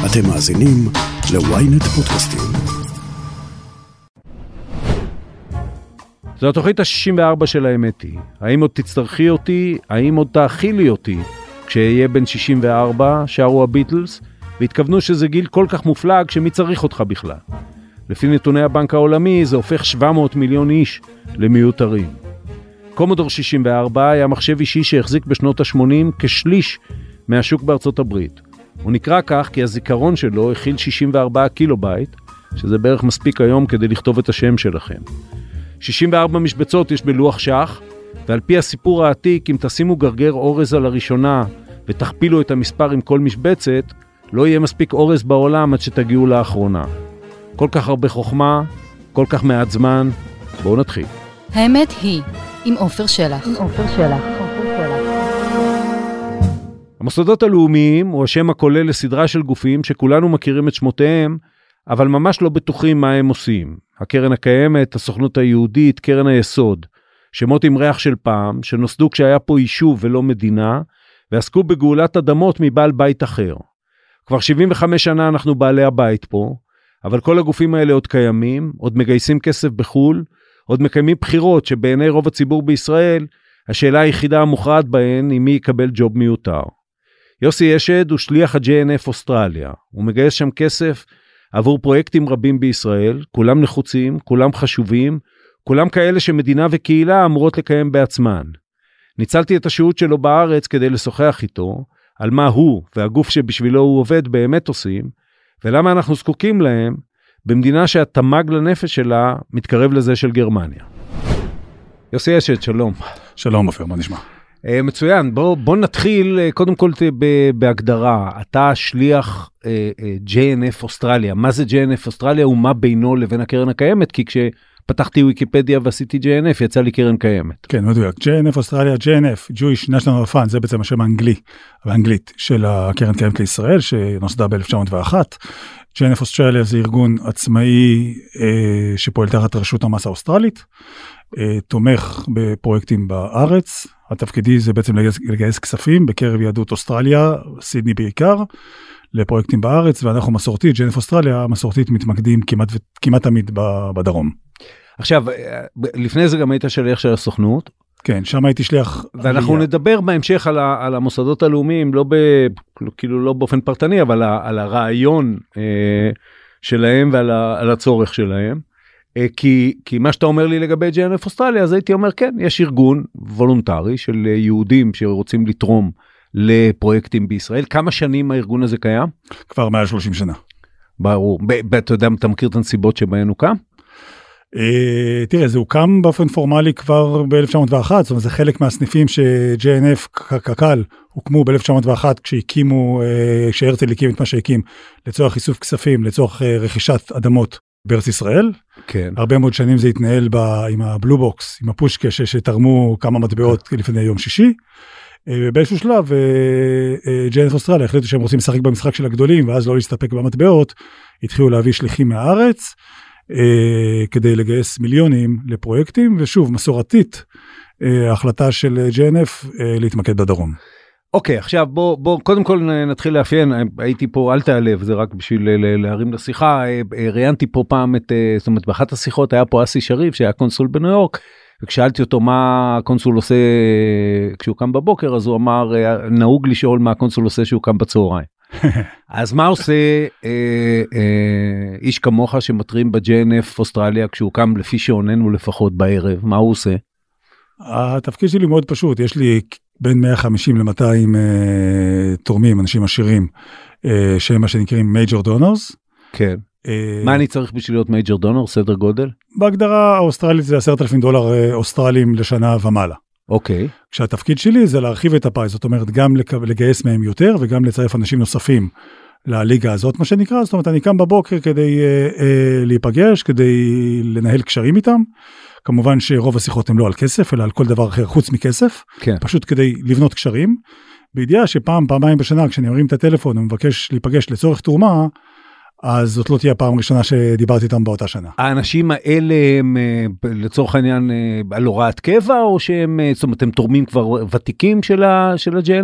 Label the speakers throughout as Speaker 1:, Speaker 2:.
Speaker 1: אתם מאזינים ל-ynet פודקאסטים.
Speaker 2: זו התוכנית ה-64 של האמת היא. האם עוד תצטרכי אותי? האם עוד תאכילי אותי? כשאהיה בן 64, שרו הביטלס, והתכוונו שזה גיל כל כך מופלג שמי צריך אותך בכלל. לפי נתוני הבנק העולמי זה הופך 700 מיליון איש למיותרים. קומודור 64 היה מחשב אישי שהחזיק בשנות ה-80 כשליש מהשוק בארצות הברית. הוא נקרא כך כי הזיכרון שלו הכיל 64 קילובייט, שזה בערך מספיק היום כדי לכתוב את השם שלכם. 64 משבצות יש בלוח שח, ועל פי הסיפור העתיק, אם תשימו גרגר אורז על הראשונה ותכפילו את המספר עם כל משבצת, לא יהיה מספיק אורז בעולם עד שתגיעו לאחרונה. כל כך הרבה חוכמה, כל כך מעט זמן, בואו נתחיל.
Speaker 3: האמת היא, עם עופר שלח.
Speaker 2: המוסדות הלאומיים הוא השם הכולל לסדרה של גופים שכולנו מכירים את שמותיהם, אבל ממש לא בטוחים מה הם עושים. הקרן הקיימת, הסוכנות היהודית, קרן היסוד, שמות עם ריח של פעם, שנוסדו כשהיה פה יישוב ולא מדינה, ועסקו בגאולת אדמות מבעל בית אחר. כבר 75 שנה אנחנו בעלי הבית פה, אבל כל הגופים האלה עוד קיימים, עוד מגייסים כסף בחול, עוד מקיימים בחירות שבעיני רוב הציבור בישראל, השאלה היחידה המוכרעת בהן היא מי יקבל ג'וב מיותר. יוסי אשד הוא שליח ה-JNF אוסטרליה, הוא מגייס שם כסף עבור פרויקטים רבים בישראל, כולם נחוצים, כולם חשובים, כולם כאלה שמדינה וקהילה אמורות לקיים בעצמן. ניצלתי את השהות שלו בארץ כדי לשוחח איתו, על מה הוא והגוף שבשבילו הוא עובד באמת עושים, ולמה אנחנו זקוקים להם, במדינה שהתמ"ג לנפש שלה מתקרב לזה של גרמניה. יוסי אשד, שלום.
Speaker 4: שלום עופר, מה נשמע?
Speaker 2: מצוין, בוא נתחיל קודם כל בהגדרה. אתה שליח JNF אוסטרליה. מה זה JNF אוסטרליה ומה בינו לבין הקרן הקיימת? כי כשפתחתי ויקיפדיה ועשיתי JNF יצא לי קרן קיימת.
Speaker 4: כן, מדויק. JNF אוסטרליה, JNF, Jewish National Fund, זה בעצם השם האנגלית של הקרן קיימת לישראל, שנוסדה ב-1901. JNF אוסטרליה זה ארגון עצמאי שפועל תחת רשות המס האוסטרלית, תומך בפרויקטים בארץ. התפקידי זה בעצם לגייס כספים בקרב יהדות אוסטרליה, סידני בעיקר, לפרויקטים בארץ, ואנחנו מסורתית, JNF אוסטרליה, מסורתית מתמקדים כמעט תמיד בדרום.
Speaker 2: עכשיו, לפני זה גם היית שליח של הסוכנות.
Speaker 4: כן, שם הייתי שליח.
Speaker 2: ואנחנו נדבר בהמשך על המוסדות הלאומיים, כאילו לא באופן פרטני, אבל על הרעיון שלהם ועל הצורך שלהם. כי מה שאתה אומר לי לגבי JNF אוסטרליה, אז הייתי אומר, כן, יש ארגון וולונטרי של יהודים שרוצים לתרום לפרויקטים בישראל. כמה שנים הארגון הזה קיים?
Speaker 4: כבר מעל 30 שנה.
Speaker 2: ברור. אתה יודע, אתה מכיר את הנסיבות שבהן הוקם?
Speaker 4: תראה, זה הוקם באופן פורמלי כבר ב-1901, זאת אומרת, זה חלק מהסניפים ש-JNF קק"ל הוקמו ב-1901, כשהרצל הקים את מה שהקים, לצורך איסוף כספים, לצורך רכישת אדמות בארץ ישראל.
Speaker 2: כן.
Speaker 4: הרבה מאוד שנים זה התנהל עם הבלו בוקס, עם הפושקה שתרמו כמה מטבעות לפני יום שישי. באיזשהו שלב, JNF אוסטרליה החליטו שהם רוצים לשחק במשחק של הגדולים, ואז לא להסתפק במטבעות, התחילו להביא שליחים מהארץ, כדי לגייס מיליונים לפרויקטים, ושוב, מסורתית, ההחלטה של JNF להתמקד בדרום.
Speaker 2: אוקיי, עכשיו בוא קודם כל נתחיל לאפיין. הייתי פה, אל תעלב, זה רק בשביל להרים לשיחה. ראיינתי פה פעם זאת אומרת, באחת השיחות היה פה אסי שריף, שהיה קונסול בניו יורק, וכשאלתי אותו מה הקונסול עושה כשהוא קם בבוקר, אז הוא אמר, נהוג לשאול מה הקונסול עושה שהוא קם בצהריים. אז מה עושה איש כמוך שמטרים ב-JNF אוסטרליה כשהוא קם לפי שעוננו לפחות בערב? מה הוא עושה?
Speaker 4: התפקיד שלי מאוד פשוט, יש לי בין 150 ל-200 תורמים, אנשים עשירים, שהם מה שנקראים major donors.
Speaker 2: כן. מה אני צריך בשביל להיות major donor, סדר גודל?
Speaker 4: בהגדרה האוסטרלית זה $10,000 אוסטרליים לשנה ומעלה.
Speaker 2: אוקיי.
Speaker 4: כשהתפקיד שלי זה להרחיב את הפאי, זאת אומרת גם לגייס מהם יותר, וגם לצרף אנשים נוספים לליגה הזאת, מה שנקרא. זאת אומרת, אני קם בבוקר כדי להיפגש, כדי לנהל קשרים איתם. כמובן שרוב השיחות הן לא על כסף, אלא על כל דבר אחר חוץ מכסף.
Speaker 2: כן.
Speaker 4: פשוט כדי לבנות קשרים. בידיעה פעמיים בשנה, כשאני מרים את הטלפון ומבקש להיפגש לצורך תרומה, אז זאת לא תהיה הפעם ראשונה שדיברתי איתם באותה שנה.
Speaker 2: האנשים האלה הם לצורך העניין על הוראת קבע, או שהם, זאת אומרת, הם תורמים כבר ותיקים של ה-JNF?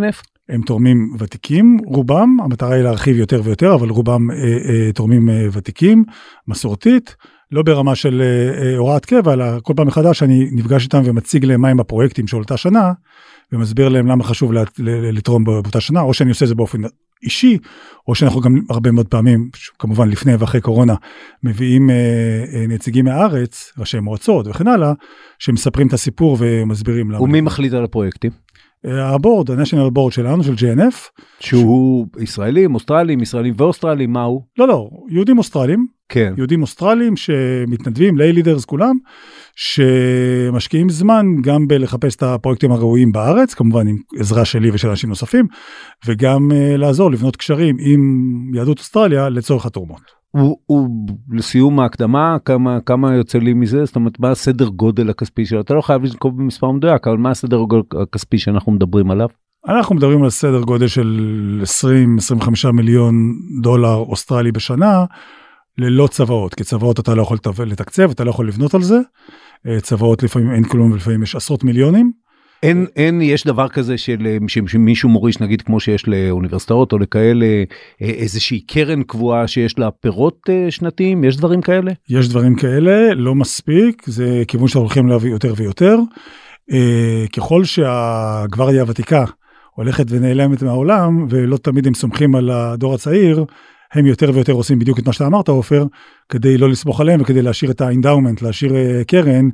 Speaker 4: הם תורמים ותיקים, רובם, המטרה היא להרחיב יותר ויותר, אבל רובם תורמים ותיקים, מסורתית, לא ברמה של הוראת קבע, אלא כל פעם מחדש אני נפגש איתם ומציג להם מהם הפרויקטים של אותה שנה, ומסביר להם למה חשוב לתרום באותה שנה, או שאני עושה את זה באופן אישי, או שאנחנו גם הרבה מאוד פעמים, כמובן לפני ואחרי קורונה, מביאים נציגים מהארץ, ראשי מועצות וכן הלאה, שמספרים את הסיפור ומסבירים למה.
Speaker 2: ומי מחליט על הפרויקטים?
Speaker 4: הבורד, ה-National Board שלנו, של JNF.
Speaker 2: שהוא ישראלים, אוסטרלים, ישראלים ואוסטרלים, מה הוא?
Speaker 4: לא, יהודים אוסטרלים.
Speaker 2: כן.
Speaker 4: יהודים אוסטרלים שמתנדבים, ליי לידרס כולם, שמשקיעים זמן גם בלחפש את הפרויקטים הראויים בארץ, כמובן עם עזרה שלי ושל אנשים נוספים, וגם לעזור לבנות קשרים עם יהדות אוסטרליה לצורך התרומות.
Speaker 2: לסיום ההקדמה, כמה יוצא לי מזה? זאת אומרת, מה הסדר גודל הכספי שלו? אתה לא חייב לנקוב במספר מדויק, אבל מה הסדר גודל הכספי שאנחנו מדברים עליו?
Speaker 4: אנחנו מדברים על סדר גודל של 20-25 מיליון דולר אוסטרלי בשנה, ללא צבאות, כי צבאות אתה לא יכול לתקצב, אתה לא יכול לבנות על זה, צבאות לפעמים אין כלום ולפעמים יש עשרות מיליונים.
Speaker 2: יש דבר כזה שמישהו מוריש, נגיד כמו שיש לאוניברסיטאות או לכאלה, איזושהי קרן קבועה שיש לה פירות שנתיים, יש דברים כאלה?
Speaker 4: יש דברים כאלה, לא מספיק, זה כיוון שאנחנו הולכים להביא יותר ויותר. ככל שהגוורדיה הוותיקה הולכת ונעלמת מהעולם, ולא תמיד הם סומכים על הדור הצעיר, הם יותר ויותר עושים בדיוק את מה שאתה אמרת, עופר, כדי לא לסמוך עליהם וכדי להשאיר את האינדאומנט, להשאיר קרן,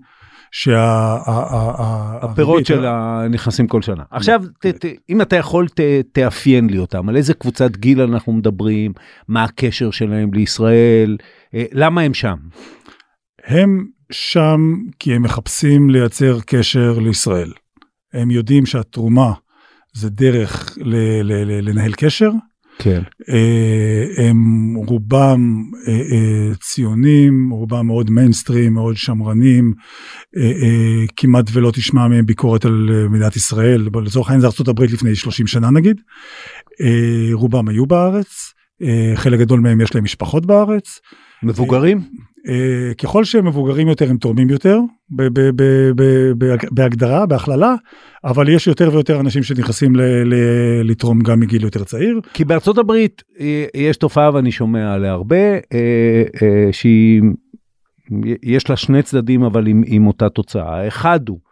Speaker 2: הפירות שלה נכנסים כל שנה. עכשיו, אם אתה יכול, תאפיין לי אותם, על איזה קבוצת גיל אנחנו מדברים, מה הקשר שלהם לישראל, למה הם שם?
Speaker 4: הם שם כי הם מחפשים לייצר קשר לישראל. הם יודעים שהתרומה זה דרך לנהל קשר,
Speaker 2: כן.
Speaker 4: הם רובם ציונים, רובם מאוד מיינסטרים, מאוד שמרנים, כמעט ולא תשמע מהם ביקורת על מדינת ישראל, לצורך העניין זה ארצות הברית לפני 30 שנה נגיד, רובם היו בארץ, חלק גדול מהם יש להם משפחות בארץ.
Speaker 2: מבוגרים?
Speaker 4: ככל שהם מבוגרים יותר הם תורמים יותר, בהגדרה, בהכללה, אבל יש יותר ויותר אנשים שנכנסים לתרום גם מגיל יותר צעיר.
Speaker 2: כי בארצות הברית יש תופעה ואני שומע עליה הרבה, שיש לה שני צדדים אבל עם אותה תוצאה. האחד הוא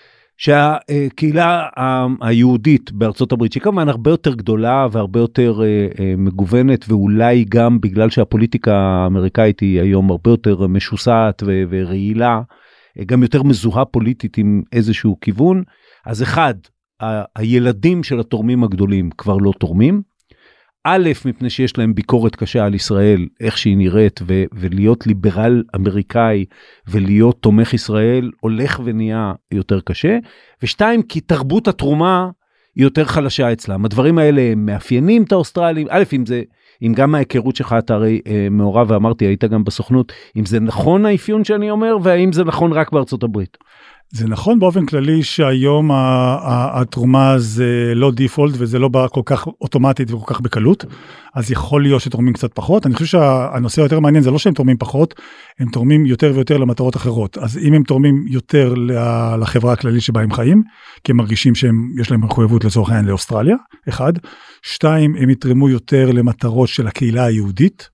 Speaker 2: שהקהילה היהודית בארצות הברית, שהיא כמובן הרבה יותר גדולה והרבה יותר מגוונת, ואולי גם בגלל שהפוליטיקה האמריקאית היא היום הרבה יותר משוסעת ורעילה, גם יותר מזוהה פוליטית עם איזשהו כיוון, אז אחד, הילדים של התורמים הגדולים כבר לא תורמים, א', מפני שיש להם ביקורת קשה על ישראל, איך שהיא נראית, ולהיות ליברל אמריקאי, ולהיות תומך ישראל, הולך ונהיה יותר קשה, ושתיים, כי התרומה היא יותר חלשה אצלם. הדברים האלה מאפיינים את האוסטרלים, א', אם גם מההיכרות שלך אתה הרי מעורב, ואמרתי, היית גם בסוכנות, אם זה נכון האפיון שאני אומר, והאם זה נכון רק בארצות הברית?
Speaker 4: זה נכון באופן כללי שהיום התרומה זה לא דיפולט וזה לא בא כל כך אוטומטית וכל כך בקלות, אז יכול להיות שתורמים קצת פחות. אני חושב שהנושא היותר מעניין זה לא שהם תורמים פחות, הם תורמים יותר ויותר למטרות אחרות. אז אם הם תורמים יותר לחברה הכללית שבה הם חיים, כי הם מרגישים שיש להם מחויבות לצורך העניין לאוסטרליה, אחד. שתיים, הם יתרמו יותר למטרות של הקהילה היהודית,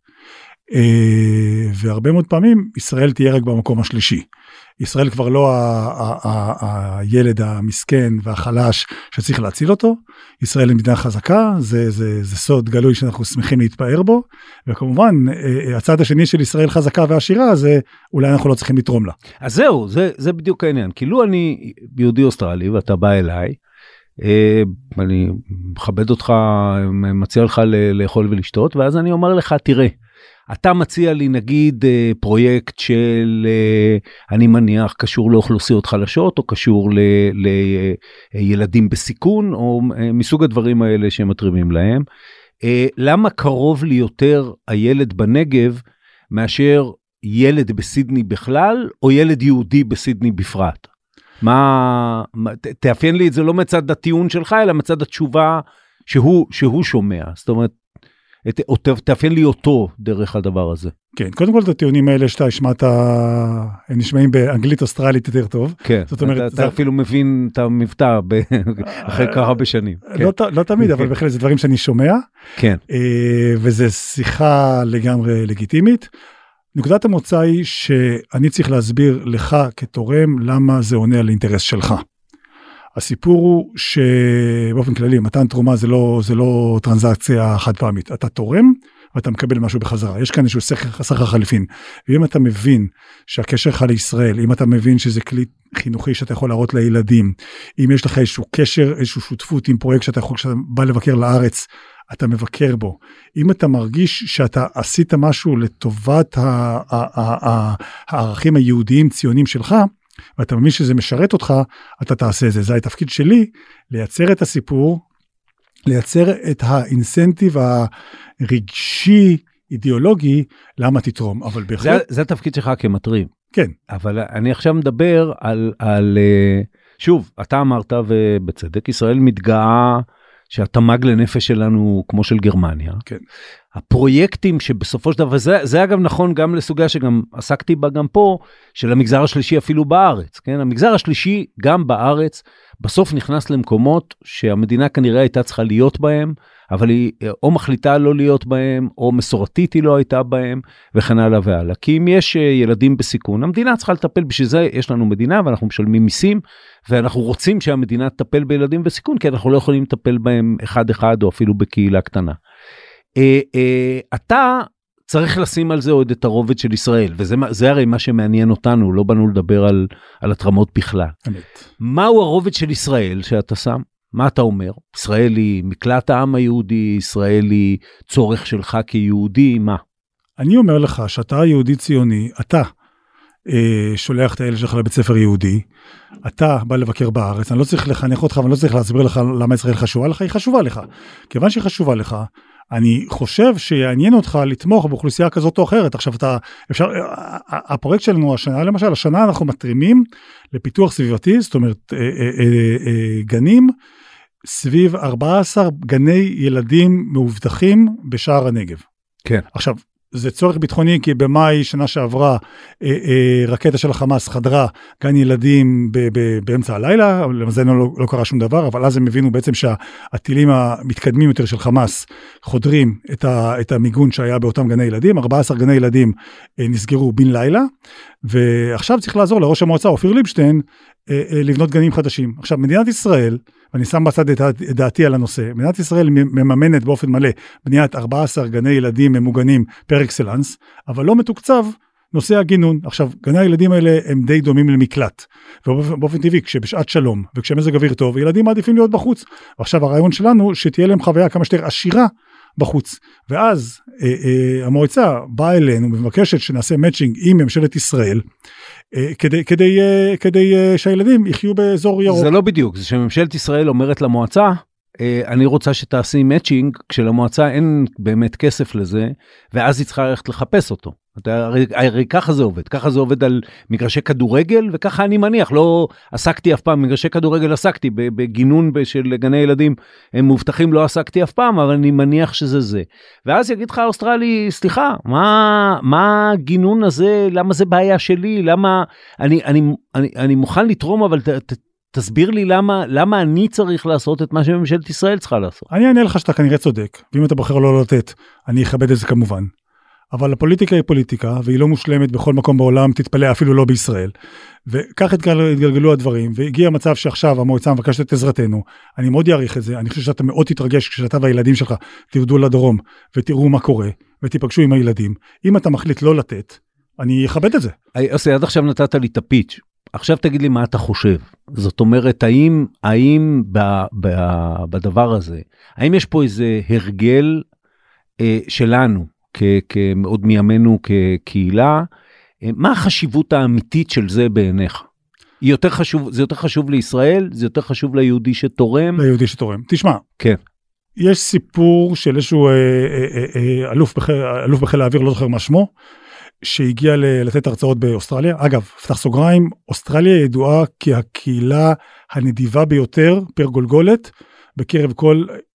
Speaker 4: והרבה מאוד פעמים ישראל תהיה רק במקום השלישי. ישראל כבר לא הילד המסכן והחלש שצריך להציל אותו, ישראל היא מדינה חזקה, זה סוד גלוי שאנחנו שמחים להתפאר בו, וכמובן הצד השני של ישראל חזקה ועשירה, זה אולי אנחנו לא צריכים לתרום לה.
Speaker 2: אז זהו, זה בדיוק העניין, כאילו אני יהודי אוסטרלי ואתה בא אליי, אני מכבד אותך, מציע לך לאכול ולשתות, ואז אני אומר לך, תראה, אתה מציע לי נגיד פרויקט של, אני מניח, קשור לאוכלוסיות חלשות, או קשור לילדים בסיכון, או מסוג הדברים האלה שמתרימים להם. למה קרוב לי יותר הילד בנגב, מאשר ילד בסידני בכלל, או ילד יהודי בסידני בפרט? תאפיין לי את זה לא מצד הטיעון שלך, אלא מצד התשובה שהוא שומע. זאת אומרת, או תאפיין לי אותו דרך הדבר הזה.
Speaker 4: כן, קודם כל את הטיעונים האלה שאתה השמעת, הם נשמעים באנגלית אוסטרלית יותר טוב.
Speaker 2: כן, זאת אומרת, אתה אפילו מבין את המבטא אחרי ככה בשנים.
Speaker 4: לא תמיד, אבל בהחלט זה דברים שאני שומע.
Speaker 2: כן.
Speaker 4: וזה שיחה לגמרי לגיטימית. נקודת המוצא היא שאני צריך להסביר לך כתורם למה זה עונה על אינטרס שלך. הסיפור הוא שבאופן כללי, מתן תרומה זה לא טרנזקציה חד פעמית. אתה תורם ואתה מקבל משהו בחזרה. יש כאן איזשהו סחר חליפין. ואם אתה מבין שהקשר לך לישראל, אם אתה מבין שזה כלי חינוכי שאתה יכול להראות לילדים, אם יש לך איזשהו קשר, איזשהו שותפות עם פרויקט שאתה בא לבקר לארץ, אתה מבקר בו. אם אתה מרגיש שאתה עשית משהו לטובת הערכים היהודיים ציונים שלך, ואתה מבין שזה משרת אותך, אתה תעשה את זה. זה התפקיד שלי, לייצר את הסיפור, לייצר את האינסנטיב הרגשי, אידיאולוגי, למה תתרום. אבל בהחלט...
Speaker 2: זה התפקיד שלך כמטרים.
Speaker 4: כן.
Speaker 2: אבל אני עכשיו מדבר על שוב, אתה אמרת ובצדק, ישראל מתגאה שהתמ"ג לנפש שלנו כמו של גרמניה.
Speaker 4: כן.
Speaker 2: הפרויקטים שבסופו של דבר, זה אגב נכון גם לסוגיה שגם עסקתי בה גם פה, של המגזר השלישי אפילו בארץ, כן? המגזר השלישי גם בארץ, בסוף נכנס למקומות שהמדינה כנראה הייתה צריכה להיות בהם, אבל היא או מחליטה לא להיות בהם, או מסורתית היא לא הייתה בהם, וכן הלאה והלאה. כי אם יש ילדים בסיכון, המדינה צריכה לטפל, בשביל זה יש לנו מדינה, ואנחנו משלמים מיסים, ואנחנו רוצים שהמדינה תטפל בילדים בסיכון, כי אנחנו לא יכולים לטפל בהם אחד-אחד, או אפילו בקהילה קטנה. אתה צריך לשים על זה עוד את הרובד של ישראל, וזה הרי מה שמעניין אותנו, לא באנו לדבר על התרמות בכלל. מהו הרובד של ישראל שאתה שם? מה אתה אומר? ישראל היא מקלט העם היהודי, ישראל היא צורך שלך כיהודי, מה?
Speaker 4: אני אומר לך שאתה יהודי ציוני, אתה שולח את הילד שלך לבית ספר יהודי, אתה בא לבקר בארץ, אני לא צריך לחנך אותך, ואני לא צריך להסביר לך למה ישראל חשובה לך, היא חשובה לך. כיוון שהיא חשובה לך, אני חושב שיעניין אותך לתמוך באוכלוסייה כזאת או אחרת. עכשיו הפרויקט שלנו השנה, למשל, השנה אנחנו מתרימים לפיתוח סביבתי, זאת אומרת, גנים, סביב 14 גני ילדים מאובטחים בשער הנגב. כן. עכשיו, זה צורך ביטחוני, כי במאי שנה שעברה, רקטה של החמאס חדרה גן ילדים באמצע הלילה, למזלנו לא קרה שום דבר, אבל אז הם הבינו בעצם שהטילים המתקדמים יותר של חמאס חודרים את המיגון שהיה באותם גני ילדים, 14 גני ילדים נסגרו בן לילה, ועכשיו צריך לעזור לראש המועצה אופיר ליבשטיין, לבנות גנים חדשים. עכשיו, מדינת ישראל, ואני שם בצד את דעתי על הנושא, מדינת ישראל מממנת באופן מלא בניית 14 גני ילדים ממוגנים פר אקסלנס, אבל לא מתוקצב נושא הגינון. עכשיו, גני הילדים האלה הם די דומים למקלט, ובאופן טבעי, כשבשעת שלום, וכשמזג אוויר טוב, ילדים מעדיפים להיות בחוץ. ועכשיו הרעיון שלנו, שתהיה להם חוויה כמה שיותר עשירה בחוץ. ואז המועצה באה אלינו, ומבקשת שנעשה מאצ'ינג עם ממשלת ישראל, כדי שהילדים יחיו באזור ירוק.
Speaker 2: זה לא בדיוק, זה שממשלת ישראל אומרת למועצה, אני רוצה שתעשי מאצ'ינג, כשלמועצה אין באמת כסף לזה, ואז היא צריכה ללכת לחפש אותו. הרי ככה זה עובד, ככה זה עובד על מגרשי כדורגל, וככה אני מניח, לא עסקתי אף פעם, מגרשי כדורגל עסקתי, בגינון של גני ילדים, הם מובטחים, לא עסקתי אף פעם, אבל אני מניח שזה זה. ואז יגיד לך האוסטרלי, סליחה, מה הגינון הזה, למה זה בעיה שלי, למה, אני מוכן לתרום, אבל תסביר לי למה אני צריך לעשות את מה שממשלת ישראל צריכה לעשות. אני
Speaker 4: אענה לך שאתה כנראה צודק, ואם אתה בוחר לא לתת, אני אכבד את זה כמובן. אבל הפוליטיקה היא פוליטיקה, והיא לא מושלמת בכל מקום בעולם, תתפלא אפילו לא בישראל. וכך התגלגלו הדברים, והגיע המצב שעכשיו המועצה מבקשת את עזרתנו. אני מאוד יעריך את זה, אני חושב שאתה מאוד תתרגש כשאתה והילדים שלך תרדו לדרום, ותראו מה קורה, ותיפגשו עם הילדים. אם אתה מחליט לא לתת, אני אכבד את זה.
Speaker 2: אוסי, עד עכשיו נתת לי את הפיץ'. עכשיו תגיד לי מה אתה חושב. זאת אומרת, האם בדבר הזה, האם יש פה איזה הרגל שלנו, כמאוד מימינו כקהילה, מה החשיבות האמיתית של זה בעיניך? זה יותר חשוב לישראל? זה יותר חשוב ליהודי שתורם?
Speaker 4: ליהודי שתורם. תשמע.
Speaker 2: כן.
Speaker 4: יש סיפור של איזשהו אלוף בחיל האוויר, לא זוכר מה שמו, שהגיע לתת הרצאות באוסטרליה. אגב, פתח סוגריים, אוסטרליה ידועה כהקהילה הנדיבה ביותר פר גולגולת, בקרב כל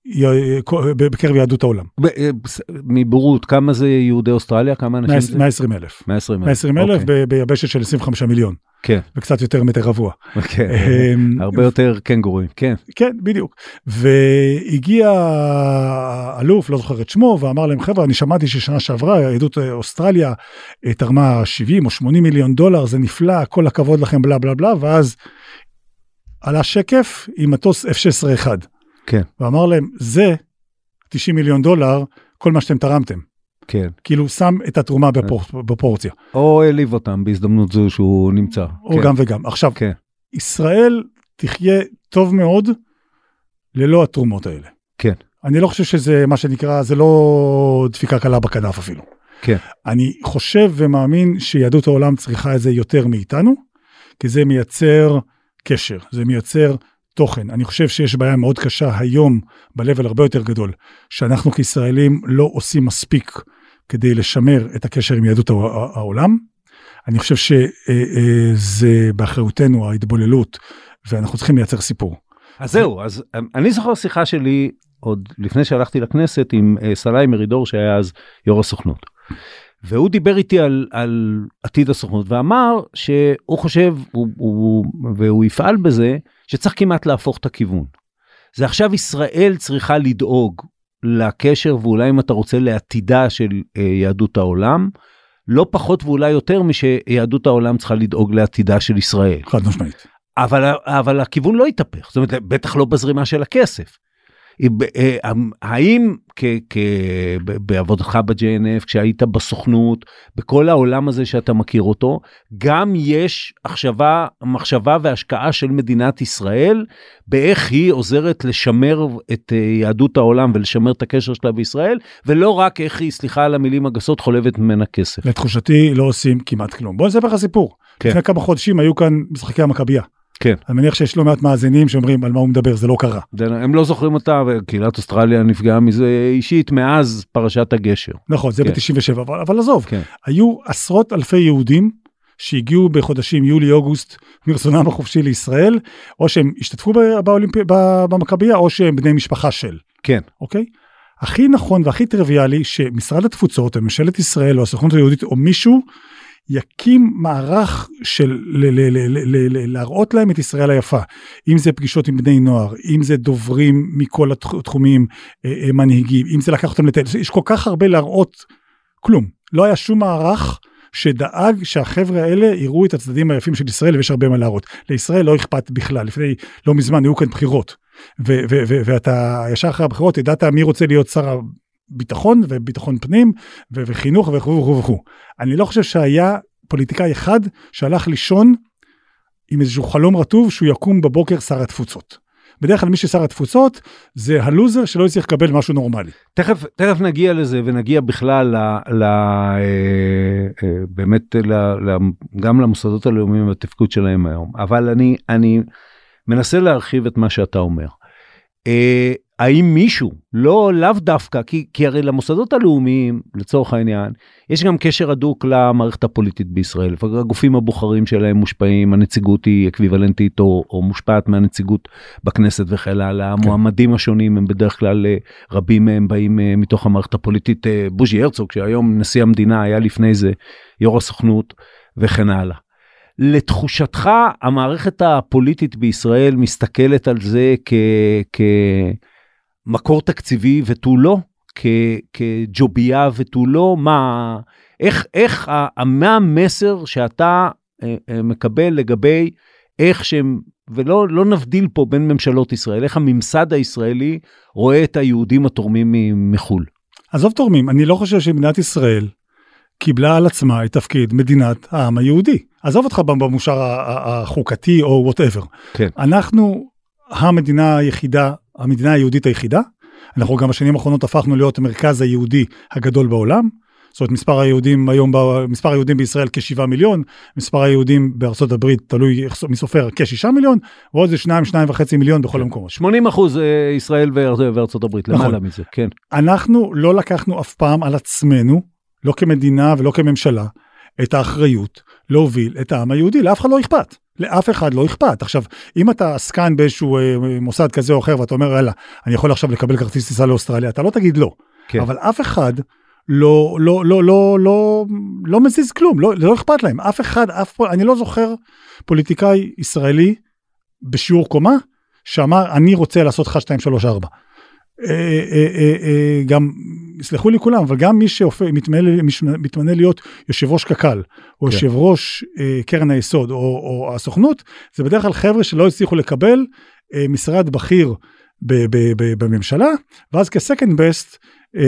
Speaker 4: בקרב יהדות העולם.
Speaker 2: מבורות, כמה זה יהודי אוסטרליה? כמה אנשים זה?
Speaker 4: 120,000. 120,000 ביבשת של 25 מיליון.
Speaker 2: כן.
Speaker 4: וקצת יותר מטר רבוע.
Speaker 2: הרבה יותר קנגורים, כן.
Speaker 4: כן, בדיוק. והגיע אלוף, לא זוכר את שמו, ואמר להם, חבר'ה, אני שמעתי ששנה שעברה, יהדות אוסטרליה תרמה 70 או 80 מיליון דולר, זה נפלא, כל הכבוד לכם, בלה בלה בלה, ואז עלה שקף עם מטוס F-16-1.
Speaker 2: כן.
Speaker 4: ואמר להם, זה 90 מיליון דולר, כל מה שאתם תרמתם.
Speaker 2: כן.
Speaker 4: כאילו שם את התרומה בפורציה.
Speaker 2: או העליב אותם בהזדמנות זו שהוא נמצא.
Speaker 4: או גם וגם. עכשיו, ישראל תחיה טוב מאוד ללא התרומות האלה.
Speaker 2: כן.
Speaker 4: אני לא חושב שזה מה שנקרא, זה לא דפיקה קלה בכנף אפילו.
Speaker 2: כן.
Speaker 4: אני חושב ומאמין שיהדות העולם צריכה את זה יותר מאיתנו, כי זה מייצר קשר, זה מייצר תוכן. אני חושב שיש בעיה מאוד קשה היום, בלבל הרבה יותר גדול, שאנחנו כישראלים לא עושים מספיק כדי לשמר את הקשר עם יהדות העולם. אני חושב שזה באחריותנו, ההתבוללות, ואנחנו צריכים לייצר סיפור.
Speaker 2: אז זהו, אז אני זוכר שיחה שלי, עוד לפני שהלכתי לכנסת, עם סלאי מרידור, שהיה אז יו"ר הסוכנות. והוא דיבר איתי על עתיד הסוכנות, ואמר שהוא חושב, והוא יפעל בזה, שצריך כמעט להפוך את הכיוון. זה עכשיו ישראל צריכה לדאוג לקשר, ואולי אם אתה רוצה לעתידה של יהדות העולם, לא פחות ואולי יותר משיהדות העולם צריכה לדאוג לעתידה של ישראל.
Speaker 4: חד משמעית.
Speaker 2: אבל הכיוון לא יתהפך, זאת אומרת, בטח לא בזרימה של הכסף. האם בעבודתך ב-JNF, כשהיית בסוכנות, בכל העולם הזה שאתה מכיר אותו, גם יש מחשבה והשקעה של מדינת ישראל, באיך היא עוזרת לשמר את יהדות העולם, ולשמר את הקשר שלה בישראל, ולא רק איך היא, סליחה על המילים הגסות, חולבת ממנה כסף.
Speaker 4: לתחושתי לא עושים כמעט כלום. בוא נספר לך סיפור. לפני כמה חודשים היו כאן משחקי המכבייה.
Speaker 2: כן.
Speaker 4: אני מניח שיש לא מעט מאזינים שאומרים על מה הוא מדבר, זה לא קרה.
Speaker 2: הם לא זוכרים אותה, וקהילת אוסטרליה נפגעה מזה אישית מאז פרשת הגשר.
Speaker 4: נכון, זה ב-97, אבל עזוב. היו עשרות אלפי יהודים שהגיעו בחודשים יולי-אוגוסט מרצונם החופשי לישראל, או שהם השתתפו במכבייה, או שהם בני משפחה של.
Speaker 2: כן.
Speaker 4: אוקיי? הכי נכון והכי טריוויאלי שמשרד התפוצות, ממשלת ישראל או הסוכנות היהודית או מישהו, יקים מערך של להראות להם את ישראל היפה, אם זה פגישות עם בני נוער, אם זה דוברים מכל התחומים, מנהיגים, אם זה לקח אותם לטל, יש כל כך הרבה להראות, כלום, לא היה שום מערך שדאג שהחבר'ה האלה יראו את הצדדים היפים של ישראל, ויש הרבה מה להראות, לישראל לא אכפת בכלל, לפני לא מזמן היו כאן בחירות, ואתה ישר אחרי הבחירות, ידעת מי רוצה להיות שר ביטחון וביטחון פנים וחינוך וכו'. אני לא חושב שהיה פוליטיקאי אחד שהלך לישון עם איזשהו חלום רטוב שהוא יקום בבוקר שר התפוצות. בדרך כלל מי ששר התפוצות זה הלוזר שלא יצטרך לקבל משהו נורמלי.
Speaker 2: תכף נגיע לזה ונגיע בכלל באמת גם למוסדות הלאומיים והתפקוד שלהם היום. אבל אני מנסה להרחיב את מה שאתה אומר. האם מישהו, לאו דווקא, כי הרי למוסדות הלאומיים, לצורך העניין, יש גם קשר הדוק למערכת הפוליטית בישראל, הגופים הבוחרים שלהם מושפעים, הנציגות היא אקוויוולנטית או מושפעת מהנציגות בכנסת וכן הלאה, המועמדים השונים הם בדרך כלל, רבים מהם באים מתוך המערכת הפוליטית, בוז'י הרצוג, שהיום נשיא המדינה היה לפני זה יו"ר הסוכנות וכן הלאה. לתחושתך, המערכת הפוליטית בישראל מסתכלת על זה כמקור תקציבי ותו לא, כג'ובייה ותו לא, מה המסר שאתה מקבל לגבי איך שהם, ולא נבדיל פה בין ממשלות ישראל, איך הממסד הישראלי רואה את היהודים התורמים מחול?
Speaker 4: עזוב תורמים, אני לא חושב שמדינת ישראל קיבלה על עצמה את תפקיד מדינת העם היהודי. עזוב אותך במושר החוקתי או whatever.
Speaker 2: כן.
Speaker 4: אנחנו המדינה היחידה, המדינה היהודית היחידה, אנחנו גם בשנים האחרונות הפכנו להיות המרכז היהודי הגדול בעולם, זאת אומרת מספר היהודים היום, מספר היהודים בישראל כ7 מיליון, מספר היהודים בארצות הברית תלוי מי סופר כ6 מיליון, ועוד זה 2.5 מיליון בכל המקומות.
Speaker 2: 80% ישראל וארצות הברית, למעלה מזה, כן.
Speaker 4: אנחנו לא לקחנו אף פעם על עצמנו, לא כמדינה ולא כממשלה, את האחריות להוביל את העם היהודי, לאף אחד לא אכפת. לאף אחד לא אכפת. עכשיו, אם אתה עסקן באיזשהו מוסד כזה או אחר, ואתה אומר, יאללה, אני יכול עכשיו לקבל כרטיס טיסה לאוסטרליה, אתה לא תגיד לא. כן. אבל אף אחד לא מזיז כלום, לא אכפת להם. אף אחד, אני לא זוכר פוליטיקאי ישראלי בשיעור קומה, שאמר, אני רוצה לעשות 1, 2, 3, 4. גם, סלחו לי כולם, אבל גם מי שמתמנה להיות יושב ראש קק"ל, או יושב ראש קרן היסוד, או הסוכנות, זה בדרך כלל חבר'ה שלא הצליחו לקבל משרד בכיר בממשלה, ואז כסקנד בסט,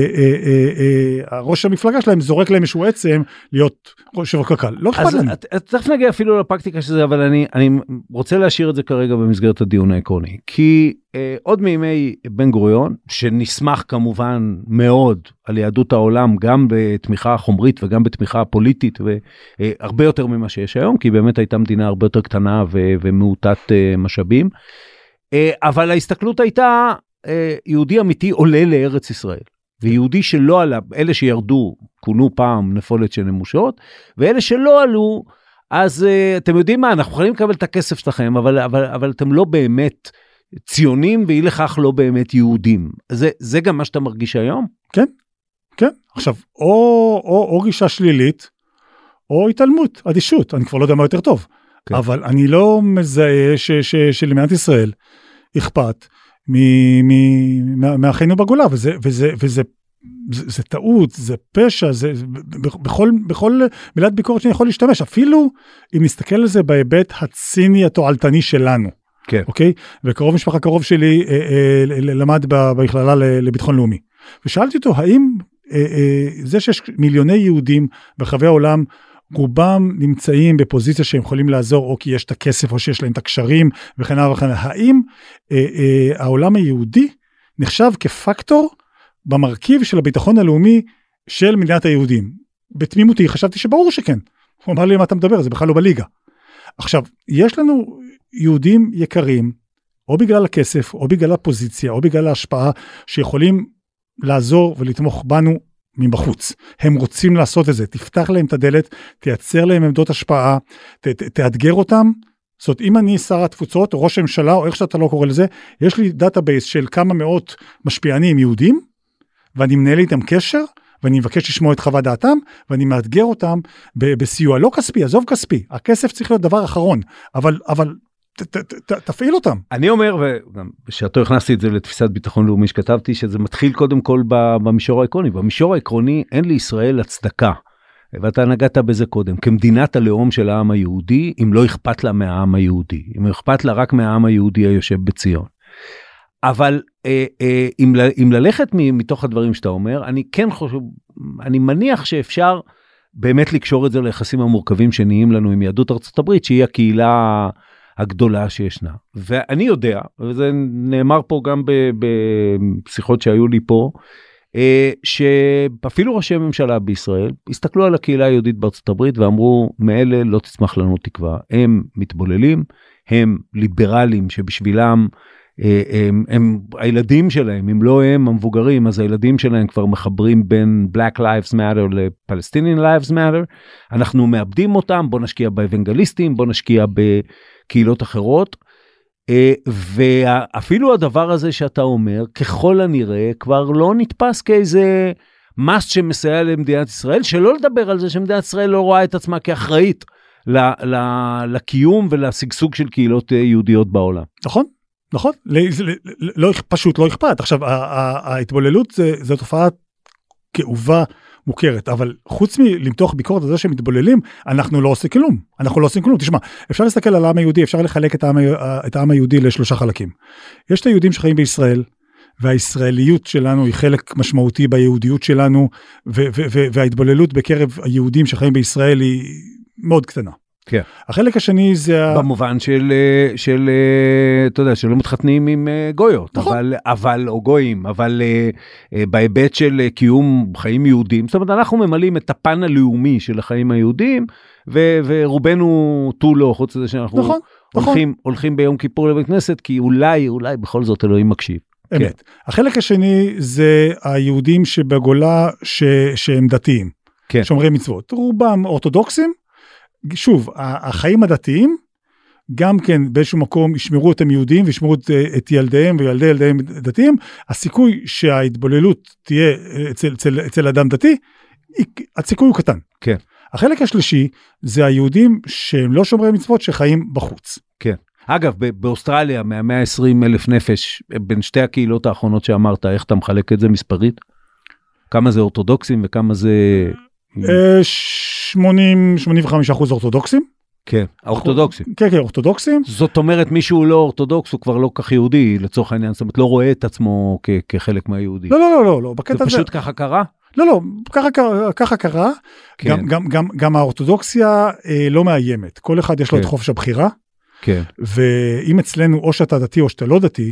Speaker 4: ראש המפלגה שלהם זורק להם איזשהו עצם להיות ראש יושב ראש קק"ל. לא אכפת לנו.
Speaker 2: תכף נגיע אפילו לפרקטיקה של זה, אבל אני רוצה להשאיר את זה כרגע במסגרת הדיון העקרוני, כי עוד מימי בן גוריון, שנשמח כמובן מאוד על יהדות העולם, גם בתמיכה חומרית וגם בתמיכה פוליטית, והרבה יותר ממה שיש היום, כי באמת הייתה מדינה הרבה יותר קטנה ומעוטת משאבים, אבל ההסתכלות הייתה, יהודי אמיתי עולה לארץ ישראל, ויהודי שלא עלה, אלה שירדו, כונו פעם נפולת של נמושות, ואלה שלא עלו, אז אתם יודעים מה, אנחנו יכולים לקבל את הכסף שלכם, אבל אתם לא באמת ציונים, ואי לכך לא באמת יהודים. זה גם מה שאתה מרגיש היום?
Speaker 4: כן, כן. עכשיו, או גישה שלילית, או התעלמות, אדישות, אני כבר לא יודע מה יותר טוב. כן. אבל אני לא מזהה שלמדינת ישראל אכפת מאחינו בגולה, וזה טעות, זה פשע, בכל מילת ביקורת שאני יכול להשתמש, אפילו אם נסתכל על זה בהיבט הציני התועלתני שלנו.
Speaker 2: כן.
Speaker 4: אוקיי? וקרוב משפחה קרוב שלי למד במכללה לביטחון לאומי. ושאלתי אותו, האם זה שיש מיליוני יהודים ברחבי העולם, רובם נמצאים בפוזיציה שהם יכולים לעזור, או כי יש את הכסף, או שיש להם את הקשרים, וכן הלאה וכן הלאה. האם העולם היהודי נחשב כפקטור במרכיב של הביטחון הלאומי של מדינת היהודים? בתמימותי חשבתי שברור שכן. הוא אמר לי, מה אתה מדבר? זה בכלל לא בליגה. עכשיו, יש לנו יהודים יקרים, או בגלל הכסף, או בגלל הפוזיציה, או בגלל ההשפעה, שיכולים לעזור ולתמוך בנו מבחוץ. הם רוצים לעשות את זה. תפתח להם את הדלת, תייצר להם עמדות השפעה, תאתגר אותם. זאת אומרת, אם אני שר התפוצות, או ראש הממשלה, או איך שאתה לא קורא לזה, יש לי דאטאבייס של כמה מאות משפיענים יהודים, ואני מנהל איתם קשר, ואני מבקש לשמוע את חוות דעתם, ואני מאתגר אותם בסיוע לא כספי, עזוב כספי. הכסף צריך להיות דבר אחרון, אבל תפעיל אותם.
Speaker 2: אני אומר, וגם בשעתו הכנסתי את זה לתפיסת ביטחון לאומי שכתבתי, שזה מתחיל קודם כל במישור העקרוני. במישור העקרוני אין לישראל הצדקה, ואתה נגעת בזה קודם, כמדינת הלאום של העם היהודי, אם לא אכפת לה מהעם היהודי, אם אכפת לה רק מהעם היהודי היושב בציון. אבל אם ללכת מתוך הדברים שאתה אומר, אני כן חושב, אני מניח שאפשר באמת לקשור את זה ליחסים המורכבים שנהיים לנו עם יהדות ארצות הברית, שהיא הקהילה הגדולה שישנה. ואני יודע, וזה נאמר פה גם בשיחות שהיו לי פה, שאפילו ראשי ממשלה בישראל הסתכלו על הקהילה היהודית בארצות הברית ואמרו, מאלה לא תצמח לנו תקווה. הם מתבוללים, הם ליברלים שבשבילם הם הילדים שלהם, אם לא הם המבוגרים, אז הילדים שלהם כבר מחברים בין Black Lives Matter ל-Palestinian Lives Matter, אנחנו מאבדים אותם, בוא נשקיע באבנגליסטים, בוא נשקיע בקהילות אחרות, ואפילו הדבר הזה שאתה אומר, ככל הנראה, כבר לא נתפס כאיזה מס שמסייע למדינת ישראל, שלא לדבר על זה שמדינת ישראל לא רואה את עצמה כאחראית לקיום ולסגסוג של קהילות יהודיות בעולם.
Speaker 4: נכון. נכון, פשוט לא אכפת. עכשיו, ההתבוללות זו תופעה כאובה מוכרת, אבל חוץ מלמתוח ביקורת על זה שהם מתבוללים, אנחנו לא עושים כלום. אנחנו לא עושים כלום. תשמע, אפשר להסתכל על העם היהודי, אפשר לחלק את העם היהודי לשלושה חלקים. יש את היהודים שחיים בישראל, והישראליות שלנו היא חלק משמעותי ביהודיות שלנו, וההתבוללות בקרב היהודים שחיים בישראל היא מאוד קטנה.
Speaker 2: כן.
Speaker 4: החלק השני זה
Speaker 2: במובן של אתה יודע, שלא מתחתנים עם גויות, נכון. אבל או גויים, אבל בהיבט של קיום חיים יהודים, זאת אומרת, אנחנו ממלאים את הפן הלאומי של החיים היהודים, ורובנו תו לא, חוץ לזה שאנחנו נכון. הולכים ביום כיפור לבית כנסת, כי אולי בכל זאת אלוהים מקשיב.
Speaker 4: אמת. כן. החלק השני זה היהודים שבגולה שהם דתיים, כן. שומרי מצוות, רובם אורתודוקסים, שוב, החיים הדתיים גם כן באיזשהו מקום ישמרו אותם יהודים, וישמרו את ילדיהם וילדי ילדיהם דתיים, הסיכוי שההתבוללות תהיה אצל אדם דתי, הסיכוי הוא קטן.
Speaker 2: כן.
Speaker 4: החלק השלישי, זה היהודים שהם לא שומרי מצוות, שחיים בחוץ.
Speaker 2: כן. אגב, באוסטרליה, 120,000 נפש, בין שתי הקהילות האחרונות שאמרת, איך אתה מחלק את זה מספרית? כמה זה אורתודוקסים וכמה זה...
Speaker 4: 85% אורתודוקסים.
Speaker 2: כן, האורתודוקסים.
Speaker 4: כן, כן, אורתודוקסים.
Speaker 2: זאת אומרת, מישהו לא אורתודוקס, הוא כבר לא כך יהודי, לצורך העניין, זאת אומרת, לא רואה את עצמו כחלק מהיהודי.
Speaker 4: לא, בקטע הזה...
Speaker 2: זה פשוט ככה קרה?
Speaker 4: לא, ככה קרה. גם האורתודוקסיה לא מאיימת. כל אחד יש לו את חופש הבחירה.
Speaker 2: כן.
Speaker 4: ואם אצלנו או שאתה דתי או שאתה לא דתי,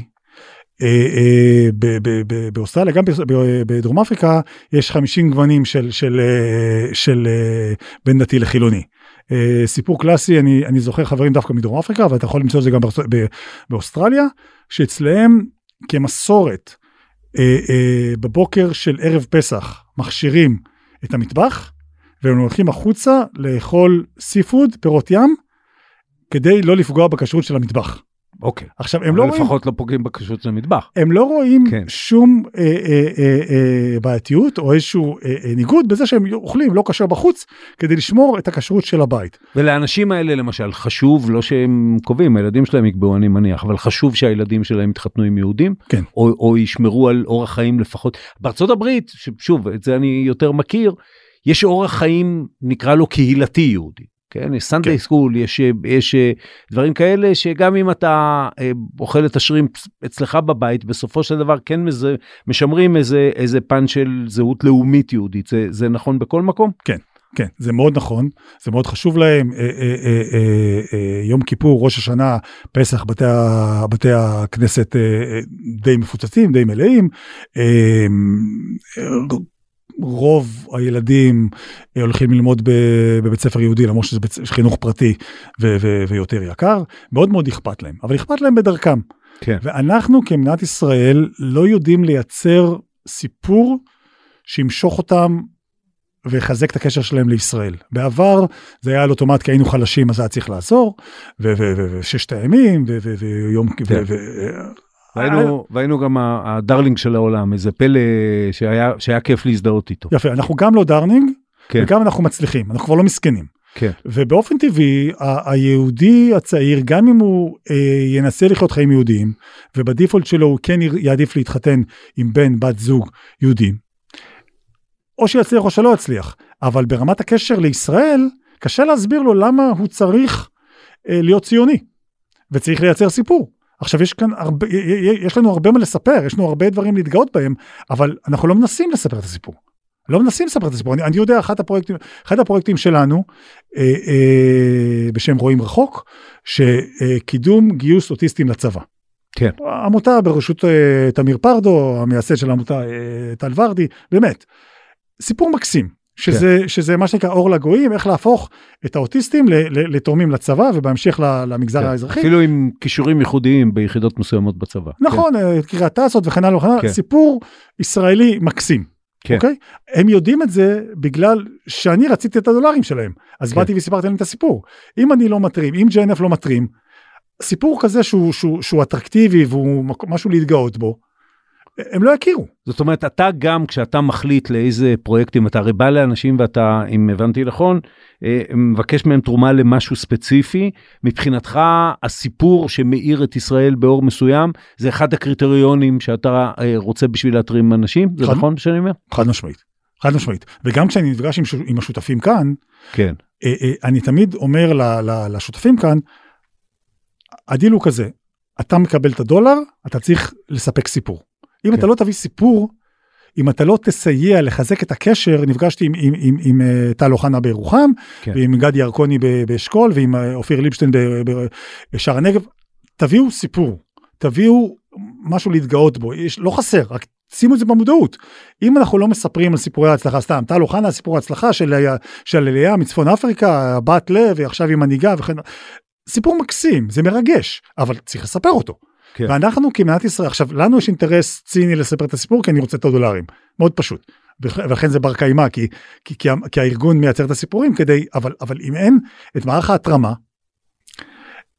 Speaker 4: באוסטרליה, גם בדרום אפריקה, יש 50 גוונים של בין דתי לחילוני. סיפור קלאסי, אני זוכר חברים דווקא מדרום אפריקה, אבל אתה יכול למצוא את זה גם באוסטרליה, שאצלהם כמסורת, בבוקר של ערב פסח, מכשירים את המטבח, והם הולכים החוצה לאכול סיפוד, פירות ים, כדי לא לפגוע בכשרות של המטבח.
Speaker 2: אוקיי.
Speaker 4: עכשיו, הם לא רואים...
Speaker 2: לפחות לא פוגעים בכשרות של המטבח.
Speaker 4: הם לא רואים שום בעייתיות, או איזשהו ניגוד, בזה שהם אוכלים לא כשר בחוץ, כדי לשמור את הכשרות של הבית.
Speaker 2: ולאנשים האלה, למשל, חשוב, לא שהם קובעים, הילדים שלהם יקבעו, אני מניח, אבל חשוב שהילדים שלהם יתחתנו עם יהודים,
Speaker 4: כן.
Speaker 2: או ישמרו על אורח חיים לפחות. בארצות הברית, שוב, את זה אני יותר מכיר, יש אורח חיים, נקרא לו קהילתי יהודי. כן, יש סנדיי סקול, יש דברים כאלה שגם אם אתה אוכל את השרים אצלך בבית, בסופו של דבר כן משמרים איזה פן של זהות לאומית יהודית. זה נכון בכל מקום?
Speaker 4: כן, כן, זה מאוד נכון, זה מאוד חשוב להם. יום כיפור, ראש השנה, פסח, בתי הכנסת די מפוצצים, די מלאים. רוב הילדים הולכים ללמוד בבית ספר יהודי, למרות שזה חינוך פרטי ויותר יקר, מאוד מאוד אכפת להם, אבל אכפת להם בדרכם.
Speaker 2: כן.
Speaker 4: ואנחנו כמדינת ישראל לא יודעים לייצר סיפור שימשוך אותם ויחזק את הקשר שלהם לישראל. בעבר זה היה על אוטומט, כי היינו חלשים, אז היה צריך לעזור, וששת הימים, ויום...
Speaker 2: והיינו גם הדרלינג של העולם, איזה פלא שהיה כיף להזדהות איתו.
Speaker 4: יפה, אנחנו גם לא דרלינג, וגם אנחנו מצליחים, אנחנו כבר לא מסכנים. ובאופן טבעי, היהודי הצעיר, גם אם הוא ינסה לחיות חיים יהודיים, ובדיפולט שלו הוא כן יעדיף להתחתן עם בן, בת זוג יהודים, או שיצליח או שלא יצליח, אבל ברמת הקשר לישראל, קשה להסביר לו למה הוא צריך להיות ציוני, וצריך לייצר סיפור. עכשיו יש לנו הרבה מה לספר, יש לנו הרבה דברים להתגאות בהם, אבל אנחנו לא מנסים לספר את הסיפור. אני יודע, אחד הפרויקטים שלנו, בשם רואים רחוק, שקידום גיוס אוטיסטים לצבא.
Speaker 2: כן.
Speaker 4: עמותה בראשות תמיר פרדו, המייסד של העמותה טל ורדי, באמת. סיפור מקסים. שזה מה שנקרא אור לגויים, איך להפוך את האוטיסטים לתורמים לצבא, ובהמשך למגזר האזרחי.
Speaker 2: אפילו עם קישורים ייחודיים ביחידות מסוימות בצבא.
Speaker 4: נכון, קריאת טסות וכן הלאה, סיפור ישראלי מקסים. אוקיי? הם יודעים את זה בגלל שאני רציתי את הדולרים שלהם, אז באתי וסיפרתי להם את הסיפור. אם אני לא מטרים, אם JNF לא מטרים, סיפור כזה שהוא אטרקטיבי, והוא משהו להתגאות בו, הם לא יכירו.
Speaker 2: זאת אומרת, אתה גם, כשאתה מחליט לאיזה פרויקטים, אתה הרי בא לאנשים ואתה, אם הבנתי נכון, מבקש מהם תרומה למשהו ספציפי, מבחינתך הסיפור שמאיר את ישראל באור מסוים, זה אחד הקריטריונים שאתה רוצה בשביל להתרים אנשים? זה נכון שאני אומר?
Speaker 4: חד משמעית. וגם כשאני נפגש עם השותפים כאן,
Speaker 2: כן.
Speaker 4: אני תמיד אומר לשותפים כאן, הדיל הוא כזה, אתה מקבל את הדולר, אתה צריך לספק סיפור. אם אתה לא תביא סיפור, אם אתה לא תסייע לחזק את הקשר, נפגשתי עם טל אוחנה בירוחם, ועם גדי ירקוני באשכול, ועם אופיר ליבשטיין בשער הנגב, תביאו סיפור, תביאו משהו להתגאות בו, לא חסר, רק שימו את זה במודעות. אם אנחנו לא מספרים על סיפורי ההצלחה, סתם, טל אוחנה, סיפור ההצלחה של עלייה מצפון אפריקה, בת לב, ועכשיו היא מנהיגה, וכן, סיפור מקסים, זה מרגש, אבל צריך לספר אותו. ואנחנו כמדינת ישראל, עכשיו, לנו יש אינטרס ציני לספר את הסיפור, כי אני רוצה את הדולרים. מאוד פשוט. ולכן זה בר קיימא, כי הארגון מייצר את הסיפורים, אבל אם אין את מערך ההתרמה,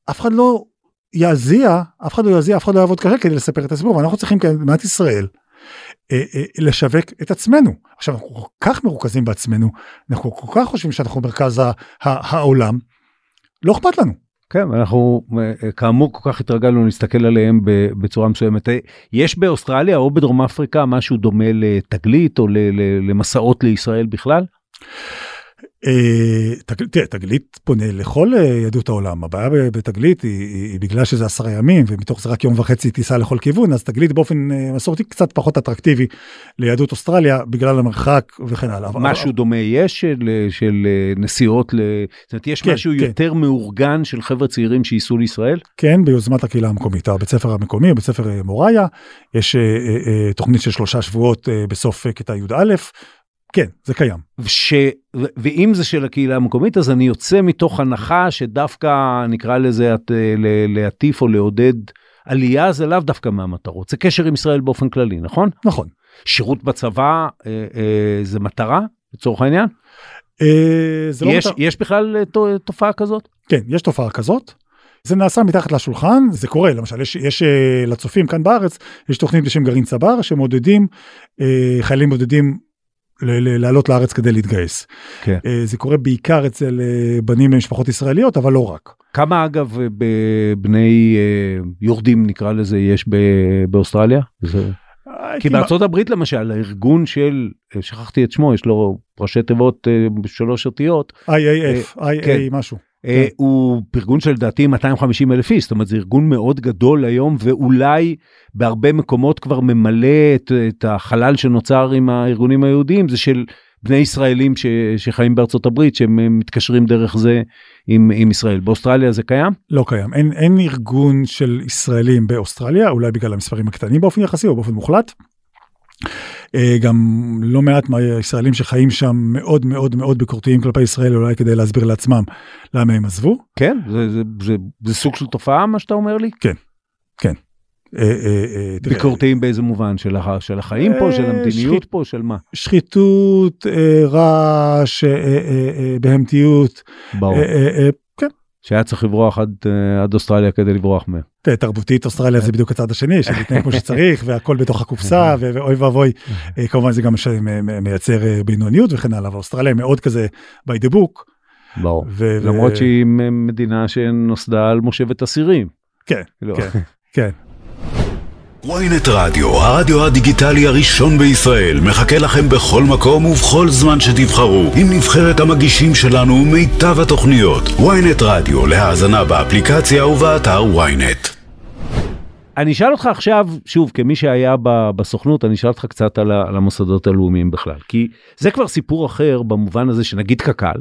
Speaker 4: אף אחד לא יזיע, אף אחד לא יעבוד קשה כדי לספר את הסיפור, ואנחנו צריכים כמדינת ישראל לשווק את עצמנו. עכשיו, אנחנו כל כך מרוכזים בעצמנו, אנחנו כל כך חושבים שאנחנו מרכז העולם, לא אכפת לנו.
Speaker 2: כן, אנחנו כאמור כל כך התרגלנו להסתכל עליהם בצורה מסוימת. יש באוסטרליה או בדרום אפריקה משהו דומה לתגלית או למסעות לישראל בכלל?
Speaker 4: תראה, תגלית פונה לכל יהדות העולם. הבעיה בתגלית היא בגלל שזה 10 ימים, ומתוך זה רק 1.5 יום טיסה לכל כיוון, אז תגלית באופן מסורתי קצת פחות אטרקטיבי ליהדות אוסטרליה, בגלל המרחק וכן הלאה.
Speaker 2: משהו דומה יש של נסיעות, זאת אומרת, יש משהו יותר מאורגן של חבר'ה צעירים שייסעו לישראל?
Speaker 4: כן, ביוזמת הקהילה המקומית, בית ספר המקומי, בית ספר מוריה, יש תוכנית של 3 שבועות בסוף כיתה י"א, כן, זה קיים.
Speaker 2: ואם זה של הקהילה המקומית, אז אני יוצא מתוך הנחה שדווקא נקרא לזה להטיף או לעודד עלייה, זה לאו דווקא מהמטרות. זה קשר עם ישראל באופן כללי, נכון?
Speaker 4: נכון.
Speaker 2: שירות בצבא זה מטרה, לצורך העניין? יש בכלל תופעה כזאת?
Speaker 4: כן, יש תופעה כזאת. זה נעשה מתחת לשולחן, זה קורה, למשל, יש לצופים כאן בארץ, יש תוכנית בשם גרעין צבר, שמודדים, חיילים מודדים, לעלות לארץ כדי להתגייס.
Speaker 2: כן.
Speaker 4: זה קורה בעיקר אצל בנים למשפחות ישראליות, אבל לא רק.
Speaker 2: כמה אגב בני יורדים נקרא לזה יש באוסטרליה? כי בארצות הברית למשל, הארגון של, שכחתי את שמו, יש לו ראשי תיבות 3 אותיות.
Speaker 4: IAF, משהו.
Speaker 2: הוא ארגון של דעתי 250,000 איש, זאת אומרת זה ארגון מאוד גדול היום, ואולי בהרבה מקומות כבר ממלא את החלל שנוצר עם הארגונים היהודיים, זה של בני ישראלים שחיים בארצות הברית, שהם מתקשרים דרך זה עם ישראל. באוסטרליה זה קיים? לא
Speaker 4: קיים, אין ארגון של ישראלים באוסטרליה, אולי בגלל המספרים הקטנים באופן יחסי או באופן מוחלט. גם לא מעט מהישראלים שחיים שם מאוד מאוד מאוד ביקורתיים כלפי ישראל, אולי כדי להסביר לעצמם למה הם עזבו.
Speaker 2: כן, זה סוג של תופעה מה שאתה אומר לי?
Speaker 4: כן, כן.
Speaker 2: ביקורתיים באיזה מובן? של החיים פה, של המדיניות פה, של מה?
Speaker 4: שחיתות, רעש, בהמתיות.
Speaker 2: ברור.
Speaker 4: כן.
Speaker 2: שהיה צריך לברוח עד אוסטרליה כדי לברוח מהם.
Speaker 4: תרבותית אוסטרליה זה בדיוק הצד השני, שמתנהג כמו שצריך, והכל בתוך הקופסה, ואוי ואבוי, כמובן זה גם מייצר בינוניות וכן הלאה, ואוסטרליה מאוד כזה by the book.
Speaker 2: ברור, למרות שהיא מדינה שנוסדה על מושבת אסירים.
Speaker 4: כן, כן.
Speaker 1: ynet רדיו, הרדיו הדיגיטלי הראשון בישראל, מחכה לכם בכל מקום ובכל זמן שתבחרו, עם נבחרת המגישים שלנו ומיטב התוכניות. ynet רדיו, להאזנה באפליקציה ובאתר ynet.
Speaker 2: אני אשאל אותך עכשיו, שוב, כמי שהיה בסוכנות, אני אשאל אותך קצת על המוסדות הלאומיים בכלל, כי זה כבר סיפור אחר במובן הזה שנגיד קק"ל,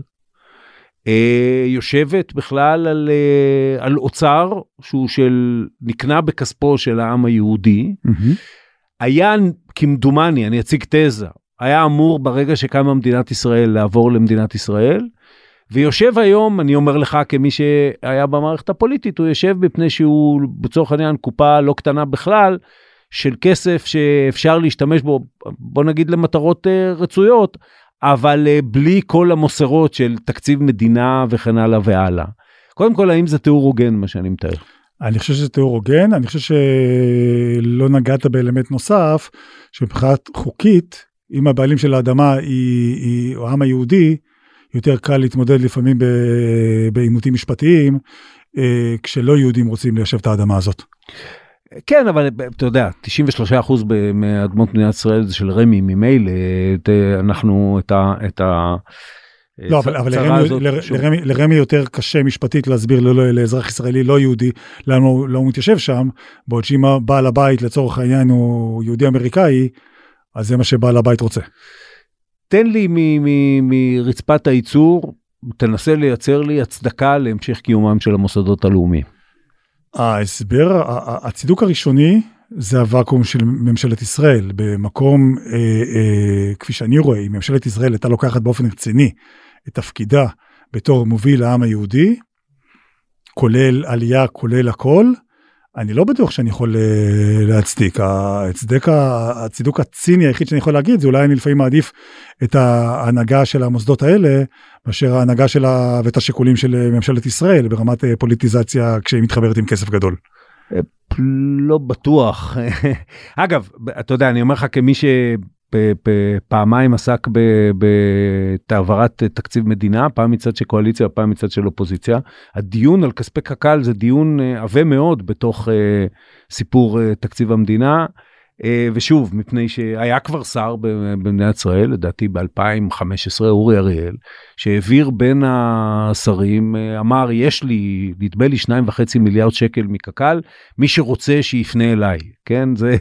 Speaker 2: יושבת בכלל על אוצר שהוא נקנה בכספו של העם היהודי, היה כמדומני, אני אציג תזה, היה אמור ברגע שקמה מדינת ישראל לעבור למדינת ישראל, ויושב היום, אני אומר לך כמי שהיה במערכת הפוליטית, הוא יושב בפני שהוא בצורך העניין קופה לא קטנה בכלל, של כסף שאפשר להשתמש בו, בוא נגיד למטרות רצויות, אבל בלי כל המוסרות של תקציב מדינה וכן הלאה והלאה. קודם כל, האם זה תיאור הוגן מה שאני מתאר?
Speaker 4: אני חושב שזה תיאור הוגן, אני חושב שלא נגעת באלמנט נוסף, שמבחינת חוקית, אם הבעלים של האדמה היא העם היהודי, יותר קל להתמודד לפעמים בעימותים משפטיים, כשלא יהודים רוצים ליישב את האדמה הזאת.
Speaker 2: כן, אבל אתה יודע, 93% מאדמות מדינת ישראל זה של רמי, ממילא, אנחנו את ה...
Speaker 4: לא, אבל לרמי יותר קשה משפטית להסביר לאזרח ישראלי לא יהודי, למה הוא מתיישב שם, בעוד שאם בעל הבית לצורך העניין הוא יהודי אמריקאי, אז זה מה שבעל הבית רוצה.
Speaker 2: תן לי מרצפת הייצור, תנסה לייצר לי הצדקה להמשך קיומם של המוסדות הלאומיים.
Speaker 4: ההסבר, הצידוק הראשוני זה הוואקום של ממשלת ישראל, במקום, כפי שאני רואה, אם ממשלת ישראל הייתה לוקחת באופן רציני את תפקידה בתור מוביל העם היהודי, כולל עלייה, כולל הכל, אני לא בטוח שאני יכול להצדיק. הצידוק הציני היחיד שאני יכול להגיד, זה אולי אני לפעמים מעדיף את ההנהגה של המוסדות האלה, מאשר ההנהגה שלה ואת השיקולים של ממשלת ישראל, ברמת פוליטיזציה כשהיא מתחברת עם כסף גדול.
Speaker 2: לא בטוח. אגב, אתה יודע, אני אומר לך כמי שפעמיים עסק בהעברת תקציב מדינה, פעם מצד של קואליציה, פעם מצד של אופוזיציה, הדיון על כספי קק"ל זה דיון עבה מאוד בתוך סיפור תקציב המדינה, ושוב, מפני שהיה כבר שר במדינת ישראל, לדעתי ב-2015, אורי אריאל, שהעביר בין השרים, אמר, יש לי, נדמה לי 2.5 מיליארד שקל מקק"ל, מי שרוצה שיפנה אליי, כן? זה...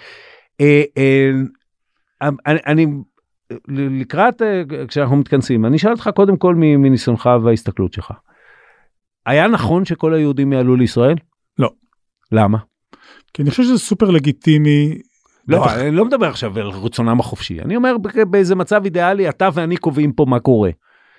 Speaker 2: אני, לקראת, כשאנחנו מתכנסים, אני אשאל אותך קודם כל מניסיונך וההסתכלות שלך. היה נכון שכל היהודים יעלו לישראל?
Speaker 4: לא.
Speaker 2: למה?
Speaker 4: כי אני חושב שזה סופר לגיטימי.
Speaker 2: לא, אני לא מדבר עכשיו על רצונם החופשי. אני אומר, באיזה מצב אידיאלי, אתה ואני קובעים פה מה קורה.